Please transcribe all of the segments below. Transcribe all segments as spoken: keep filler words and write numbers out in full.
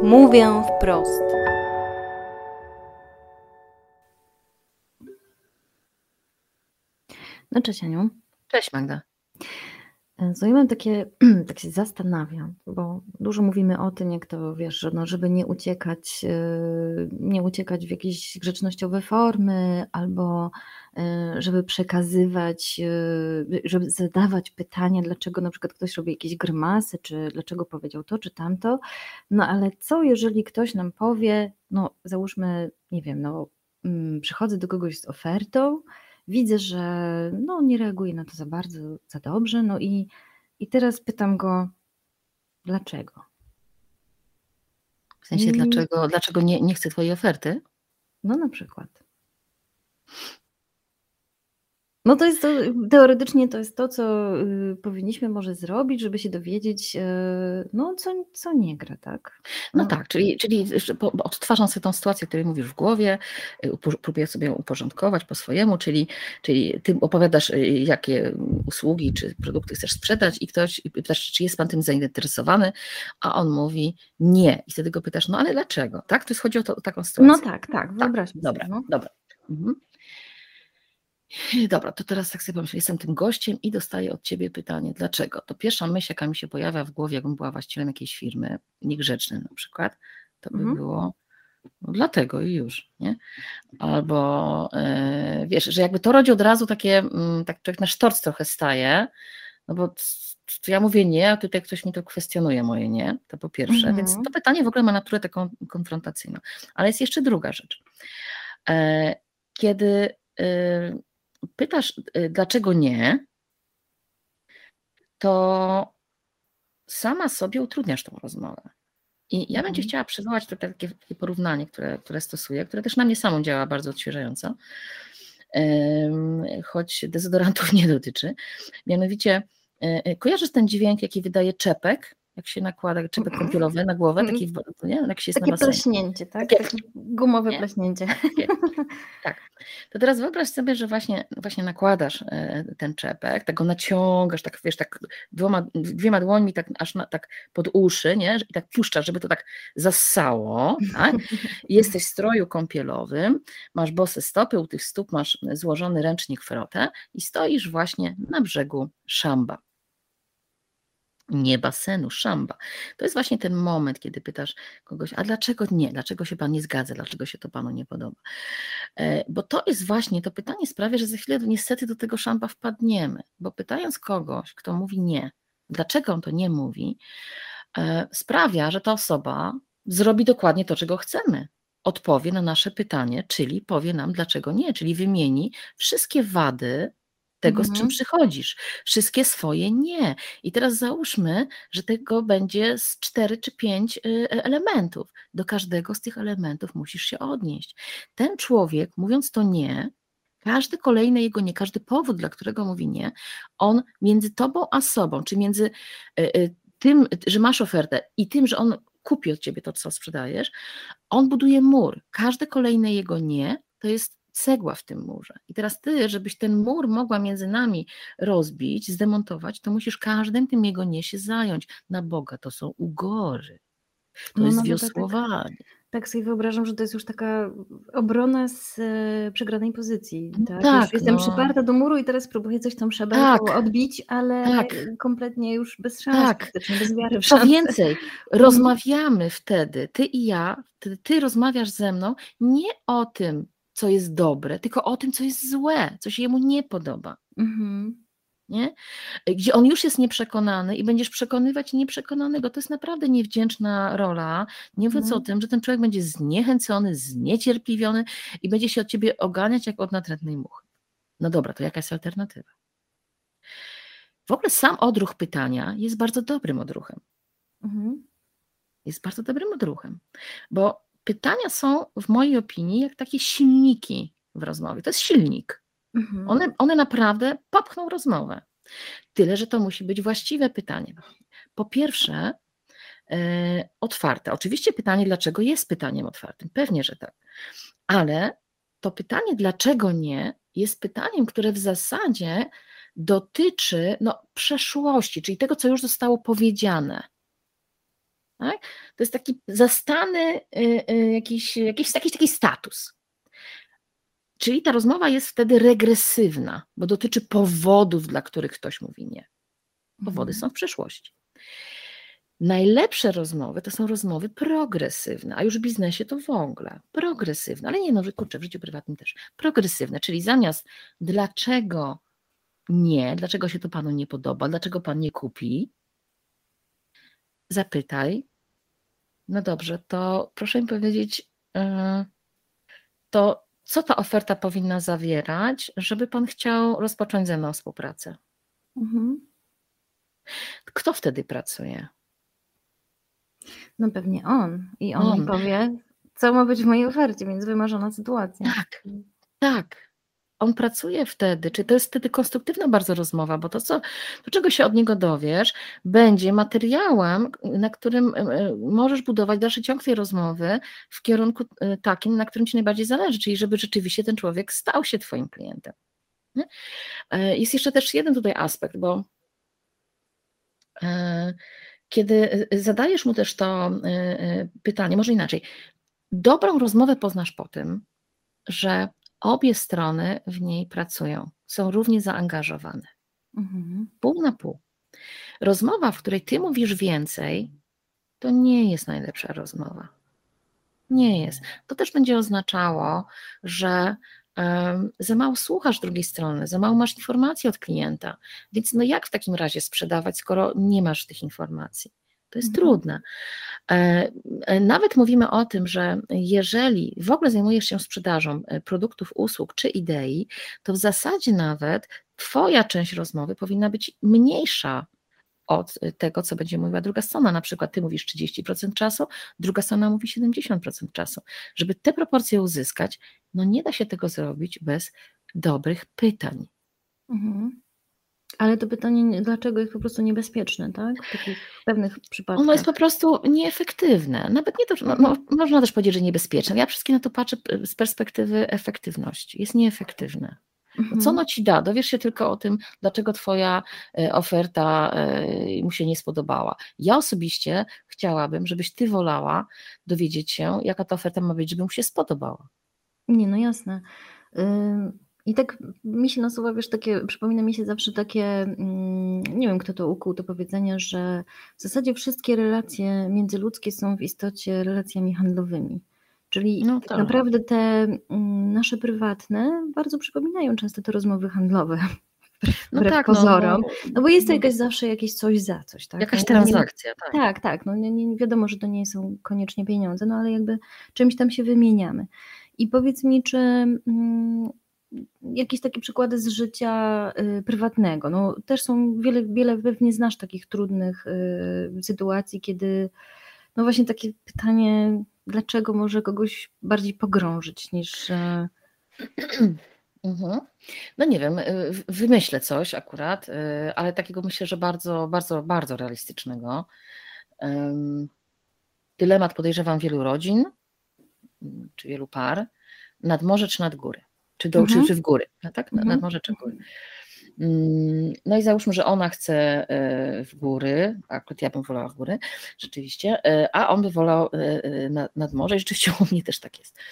Mówię wprost. No cześć Aniu. Cześć Magda. So, ja mam takie, tak się zastanawiam, bo dużo mówimy o tym, jak to wiesz, że no, żeby nie uciekać, yy, nie uciekać w jakieś grzecznościowe formy, albo yy, żeby przekazywać, yy, żeby zadawać pytania, dlaczego na przykład ktoś robi jakieś grymasy, czy dlaczego powiedział to, czy tamto. No ale co, jeżeli ktoś nam powie, no załóżmy, nie wiem, no mm, przychodzę do kogoś z ofertą, widzę, że no, nie reaguje na to za bardzo, za dobrze, no i, i teraz pytam go, dlaczego? W sensie, I, dlaczego, dlaczego nie, nie chce twojej oferty? no na przykład. No to jest to, teoretycznie to jest to, co y, powinniśmy może zrobić, żeby się dowiedzieć, y, no co, co nie gra, tak? No, No, tak, czyli, czyli po- odtwarzam sobie tą sytuację, o której mówisz w głowie, y, upo- próbuję sobie ją uporządkować po swojemu, czyli, czyli ty opowiadasz, y, jakie usługi czy produkty chcesz sprzedać i ktoś i pytasz, czy jest pan tym zainteresowany, a on mówi nie. I wtedy go pytasz, no ale dlaczego? Tak? To jest, chodzi o, to, o taką sytuację. no tak, tak, wyobraźmy Dobra, sobie. No. dobra. Mhm. Dobra, to teraz tak sobie pomyślę, jestem tym gościem i dostaję od ciebie pytanie, dlaczego? To pierwsza myśl, jaka mi się pojawia w głowie, jakbym była właścicielem jakiejś firmy, niegrzecznym na przykład, to by Mhm. było no, dlatego i już, nie? Albo yy, wiesz, że jakby to rodzi od razu takie, mm, tak człowiek na sztorc trochę staje, no bo to ja mówię nie, a tutaj ktoś mi to kwestionuje moje nie, to po pierwsze, Mhm. więc to pytanie w ogóle ma naturę taką konfrontacyjną. Ale jest jeszcze druga rzecz. E, Kiedy y, pytasz, y, dlaczego nie, to sama sobie utrudniasz tą rozmowę. I ja bym Cię Mhm. chciała przywołać tutaj takie, takie porównanie, które, które stosuję, które też na mnie samą działa bardzo odświeżająco, Ym, choć dezodorantów nie dotyczy. Mianowicie y, y, kojarzysz ten dźwięk, jaki wydaje czepek, jak się nakłada czepek kąpielowy na głowę, taki, w- nie? Jak się jest na Takie basenie. pleśnięcie, tak? Takie- Takie gumowe nie? pleśnięcie. Takie. Tak. To teraz wyobraź sobie, że właśnie, właśnie nakładasz e, ten czepek, tak go naciągasz, tak wiesz, tak dwoma, dwiema dłońmi tak aż na, tak pod uszy, nie? I tak puszczasz, żeby to tak zassało, tak? I jesteś w stroju kąpielowym, masz bose stopy, u tych stóp masz złożony ręcznik frotę i stoisz właśnie na brzegu szamba. Nie basenu, szamba. To jest właśnie ten moment, kiedy pytasz kogoś, a dlaczego nie? Dlaczego się pan nie zgadza? Dlaczego się to panu nie podoba? E, Bo to jest właśnie, to pytanie sprawia, że za chwilę niestety do tego szamba wpadniemy, bo pytając kogoś, kto mówi nie, dlaczego on to nie mówi, e, sprawia, że ta osoba zrobi dokładnie to, czego chcemy. Odpowie na nasze pytanie, czyli powie nam, dlaczego nie, czyli wymieni wszystkie wady tego, z czym Mhm. przychodzisz, wszystkie swoje nie. I teraz załóżmy, że tego będzie z cztery czy pięć y, elementów. Do każdego z tych elementów musisz się odnieść. Ten człowiek, mówiąc to nie, każdy kolejny jego nie, każdy powód, dla którego mówi nie, on między tobą a sobą, czy między y, y, tym, że masz ofertę i tym, że on kupi od ciebie to, co sprzedajesz, on buduje mur. Każde kolejne jego nie to jest cegła w tym murze. I teraz ty, żebyś ten mur mogła między nami rozbić, zdemontować, to musisz każdym tym jego nie się zająć. Na Boga, to są ugory. To No jest nawet tak, wiosłowanie. tak sobie wyobrażam, że to jest już taka obrona z e, przegranej pozycji, No tak? tak, Już jestem no. przyparta do muru i teraz próbuję coś tą szabelką Tak, odbić, ale tak. kompletnie już bez szans, Tak. praktycznie bez wiary w Co szansę. więcej, rozmawiamy wtedy, ty i ja, ty, ty rozmawiasz ze mną nie o tym, co jest dobre, tylko o tym, co jest złe, co się jemu nie podoba. Mhm. Nie? Gdzie on już jest nieprzekonany i będziesz przekonywać nieprzekonanego. To jest naprawdę niewdzięczna rola, nie mówiąc Mhm. o tym, że ten człowiek będzie zniechęcony, zniecierpliwiony i będzie się od ciebie oganiać jak od natrętnej muchy. No dobra, to jaka jest alternatywa? W ogóle sam odruch pytania jest bardzo dobrym odruchem. Mhm. Jest bardzo dobrym odruchem, bo pytania są w mojej opinii jak takie silniki w rozmowie. To jest silnik. Mhm. One, one naprawdę popchną rozmowę. Tyle, że to musi być właściwe pytanie. Po pierwsze, e, otwarte. Oczywiście pytanie, dlaczego jest pytaniem otwartym. Pewnie, że tak. Ale to pytanie, dlaczego nie, jest pytaniem, które w zasadzie dotyczy no, przeszłości, czyli tego, co już zostało powiedziane. Tak? To jest taki zastany jakiś, jakiś, jakiś taki status. Czyli ta rozmowa jest wtedy regresywna, bo dotyczy powodów, dla których ktoś mówi nie. Powody Mhm. są w przyszłości. Najlepsze rozmowy to są rozmowy progresywne, a już w biznesie to w ogóle progresywne, ale nie, no kurczę, w życiu prywatnym też. Progresywne, czyli zamiast dlaczego nie, dlaczego się to panu nie podoba, dlaczego pan nie kupi, zapytaj, no dobrze, to proszę mi powiedzieć, to co ta oferta powinna zawierać, żeby pan chciał rozpocząć ze mną współpracę? Mhm. Kto wtedy pracuje? No pewnie on. I on, On. mi powie, co ma być w mojej ofercie, więc wymarzona sytuacja. Tak, tak. On pracuje wtedy, czy to jest wtedy konstruktywna bardzo rozmowa, bo to, co, to czego się od niego dowiesz, będzie materiałem, na którym możesz budować dalszy ciąg tej rozmowy w kierunku takim, na którym ci najbardziej zależy, czyli żeby rzeczywiście ten człowiek stał się twoim klientem. Nie? Jest jeszcze też jeden tutaj aspekt, bo kiedy zadajesz mu też to pytanie, może inaczej, dobrą rozmowę poznasz po tym, że obie strony w niej pracują, są równie zaangażowane. Mhm. Pół na pół. Rozmowa, w której ty mówisz więcej, to nie jest najlepsza rozmowa. Nie jest. To też będzie oznaczało, że um, za mało słuchasz drugiej strony, za mało masz informacji od klienta. Więc no jak w takim razie sprzedawać, skoro nie masz tych informacji? To jest Mhm. trudne. Nawet mówimy o tym, że jeżeli w ogóle zajmujesz się sprzedażą produktów, usług czy idei, to w zasadzie nawet twoja część rozmowy powinna być mniejsza od tego, co będzie mówiła druga strona. Na przykład ty mówisz trzydzieści procent czasu, druga strona mówi siedemdziesiąt procent czasu. Żeby te proporcje uzyskać, no nie da się tego zrobić bez dobrych pytań. Mhm. Ale to pytanie, dlaczego jest po prostu niebezpieczne, tak? W takich pewnych przypadkach. Ono jest po prostu nieefektywne. Nawet nie to, no, no, można też powiedzieć, że niebezpieczne. Ja wszystkie na to patrzę z perspektywy efektywności. Jest nieefektywne. No co ono ci da? Dowiesz się tylko o tym, dlaczego twoja oferta mu się nie spodobała. Ja osobiście chciałabym, żebyś ty wolała dowiedzieć się, jaka ta oferta ma być, żeby mu się spodobała. Nie, no jasne. I tak mi się nasuwa, wiesz, takie, przypomina mi się zawsze takie, nie wiem kto to ukuł, to powiedzenie, że w zasadzie wszystkie relacje międzyludzkie są w istocie relacjami handlowymi. Czyli no tak tak. naprawdę te nasze prywatne bardzo przypominają często te rozmowy handlowe. No wbrew tak, pozorom. no, no bo jest to jakaś zawsze jakieś coś za coś, tak? Jakaś no, transakcja, nie, tak. Tak, tak. No nie, nie wiadomo, że to nie są koniecznie pieniądze, no ale jakby czymś tam się wymieniamy. I powiedz mi, czy mm, jakieś takie przykłady z życia y, prywatnego. No też są wiele, wiele pewnie znasz takich trudnych y, sytuacji, kiedy no właśnie takie pytanie, dlaczego może kogoś bardziej pogrążyć niż... Y... Mhm. No nie wiem, wymyślę coś akurat, ale takiego myślę, że bardzo, bardzo, bardzo realistycznego. Dylemat podejrzewam wielu rodzin, czy wielu par, nad morze czy nad góry, czy, do, mhm. czy, czy w góry, tak? Mhm. Nad morze czy w góry. No i załóżmy, że ona chce w góry, akurat ja bym wolała w góry, rzeczywiście, a on by wolał nad, nad morze i rzeczywiście u mnie też tak jest.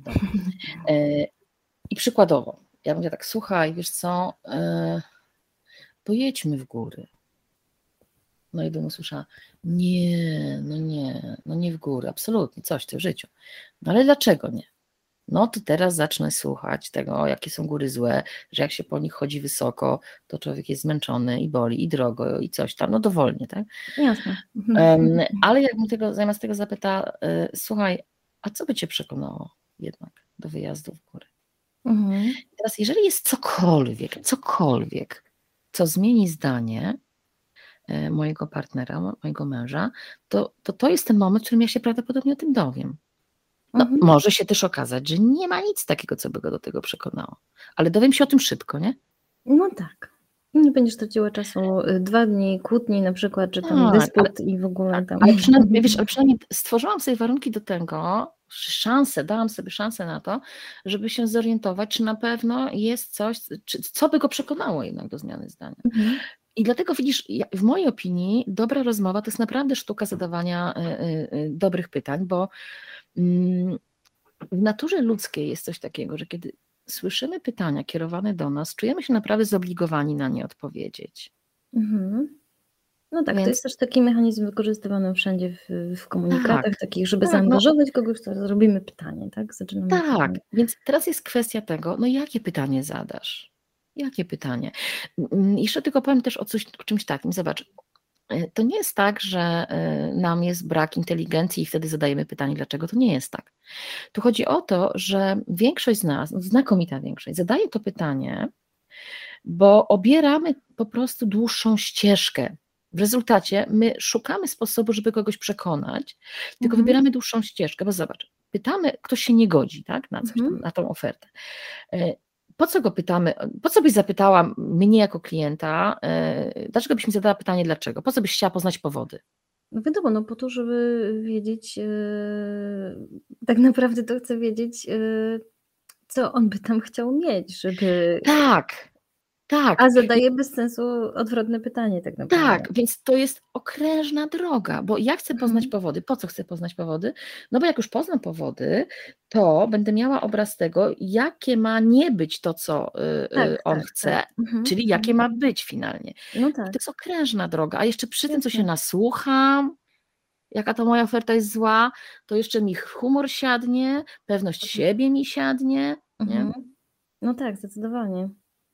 I przykładowo, ja mówię tak, słuchaj, wiesz co, yy, pojedźmy w góry. No i bym usłyszała, nie, no nie, no nie w góry, absolutnie, coś ty w życiu. No ale dlaczego nie? No to teraz zacznę słuchać tego, jakie są góry złe, że jak się po nich chodzi wysoko, to człowiek jest zmęczony i boli, i drogo, i coś tam, no dowolnie, tak? Jasne. Um, ale jakbym tego, zamiast tego zapyta, yy, słuchaj, a co by cię przekonało jednak do wyjazdu w góry? Mhm. Teraz jeżeli jest cokolwiek, cokolwiek, co zmieni zdanie mojego partnera, mojego męża, to to, to jest ten moment, w którym ja się prawdopodobnie o tym dowiem. No, mhm. Może się też okazać, że nie ma nic takiego, co by go do tego przekonało, ale dowiem się o tym szybko, nie? No tak. Nie będziesz traciła czasu dwa dni kłótni na przykład, czy tam tak, dysput ale, i w ogóle tam. Ale przynajmniej, wiesz, ale przynajmniej stworzyłam sobie warunki do tego, szansę, dałam sobie szansę na to, żeby się zorientować, czy na pewno jest coś, czy, co by go przekonało jednak do zmiany zdania. Mhm. I dlatego widzisz, w mojej opinii dobra rozmowa to jest naprawdę sztuka zadawania dobrych pytań, bo w naturze ludzkiej jest coś takiego, że kiedy słyszymy pytania kierowane do nas, czujemy się naprawdę zobligowani na nie odpowiedzieć. Mhm. No tak, Więc... to jest też taki mechanizm wykorzystywany wszędzie w, w komunikatach tak, takich, żeby tak, zaangażować no, kogoś, to zrobimy pytanie, tak? Zaczynamy tak, pytanie. Więc teraz jest kwestia tego, no jakie pytanie zadasz? Jakie pytanie? Jeszcze tylko powiem też o, coś, o czymś takim, zobacz, to nie jest tak, że nam jest brak inteligencji i wtedy zadajemy pytanie, dlaczego. To nie jest tak. Tu chodzi o to, że większość z nas, znakomita większość, zadaje to pytanie, bo obieramy po prostu dłuższą ścieżkę. W rezultacie my szukamy sposobu, żeby kogoś przekonać, tylko Mhm. wybieramy dłuższą ścieżkę, bo zobacz, pytamy, ktoś się nie godzi, tak, na coś, Mhm. na tą ofertę. Po co go pytamy, po co byś zapytała mnie jako klienta, dlaczego byś mi zadała pytanie dlaczego? Po co byś chciała poznać powody? No wiadomo, no po to, żeby wiedzieć, yy, tak naprawdę to chcę wiedzieć, yy, co on by tam chciał mieć, żeby... Tak, tak. A zadaje bez sensu odwrotne pytanie tak naprawdę. Tak, więc to jest okrężna droga, bo ja chcę poznać Mhm. powody. Po co chcę poznać powody? No bo jak już poznam powody, to będę miała obraz tego, jakie ma nie być to, co Tak, y, on tak, chce, tak. Mhm. czyli jakie ma być finalnie. No I to tak. jest okrężna droga, a jeszcze przy tym, co się Jasne. nasłucham, jaka to moja oferta jest zła, to jeszcze mi humor siadnie, pewność siebie mi siadnie, nie? Mhm. No tak, zdecydowanie.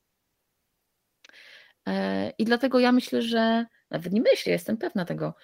I dlatego ja myślę, że, nawet nie myślę, jestem pewna tego,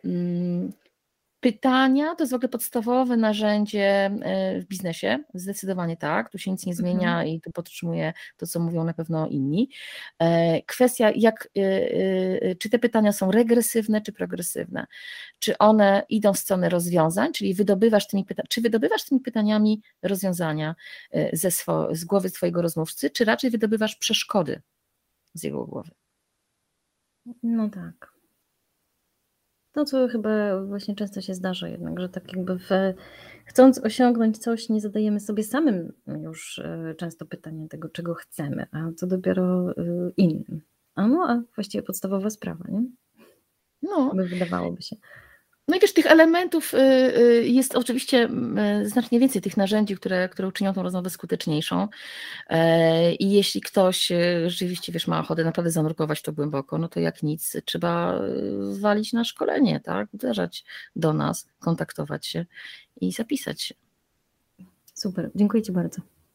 pytania to jest w ogóle podstawowe narzędzie w biznesie, zdecydowanie tak, tu się nic nie zmienia Mhm. i tu podtrzymuję to, co mówią na pewno inni. Kwestia, jak, czy te pytania są regresywne, czy progresywne, czy one idą w stronę rozwiązań, czyli wydobywasz tymi pyta- czy wydobywasz tymi pytaniami rozwiązania ze swo- z głowy twojego rozmówcy, czy raczej wydobywasz przeszkody z jego głowy. No tak. To, co chyba właśnie często się zdarza jednak, że tak jakby w, chcąc osiągnąć coś, nie zadajemy sobie samym już często pytania tego, czego chcemy, a co dopiero innym. A no, a właściwie podstawowa sprawa, nie? No. By wydawałoby się. No i wiesz, tych elementów jest oczywiście znacznie więcej, tych narzędzi, które, które uczynią tą rozmowę skuteczniejszą. I jeśli ktoś rzeczywiście, wiesz, ma ochotę naprawdę zanurkować to głęboko, no to jak nic, trzeba walić na szkolenie, tak? Uderzać do nas, kontaktować się i zapisać się. Super, dziękuję Ci bardzo.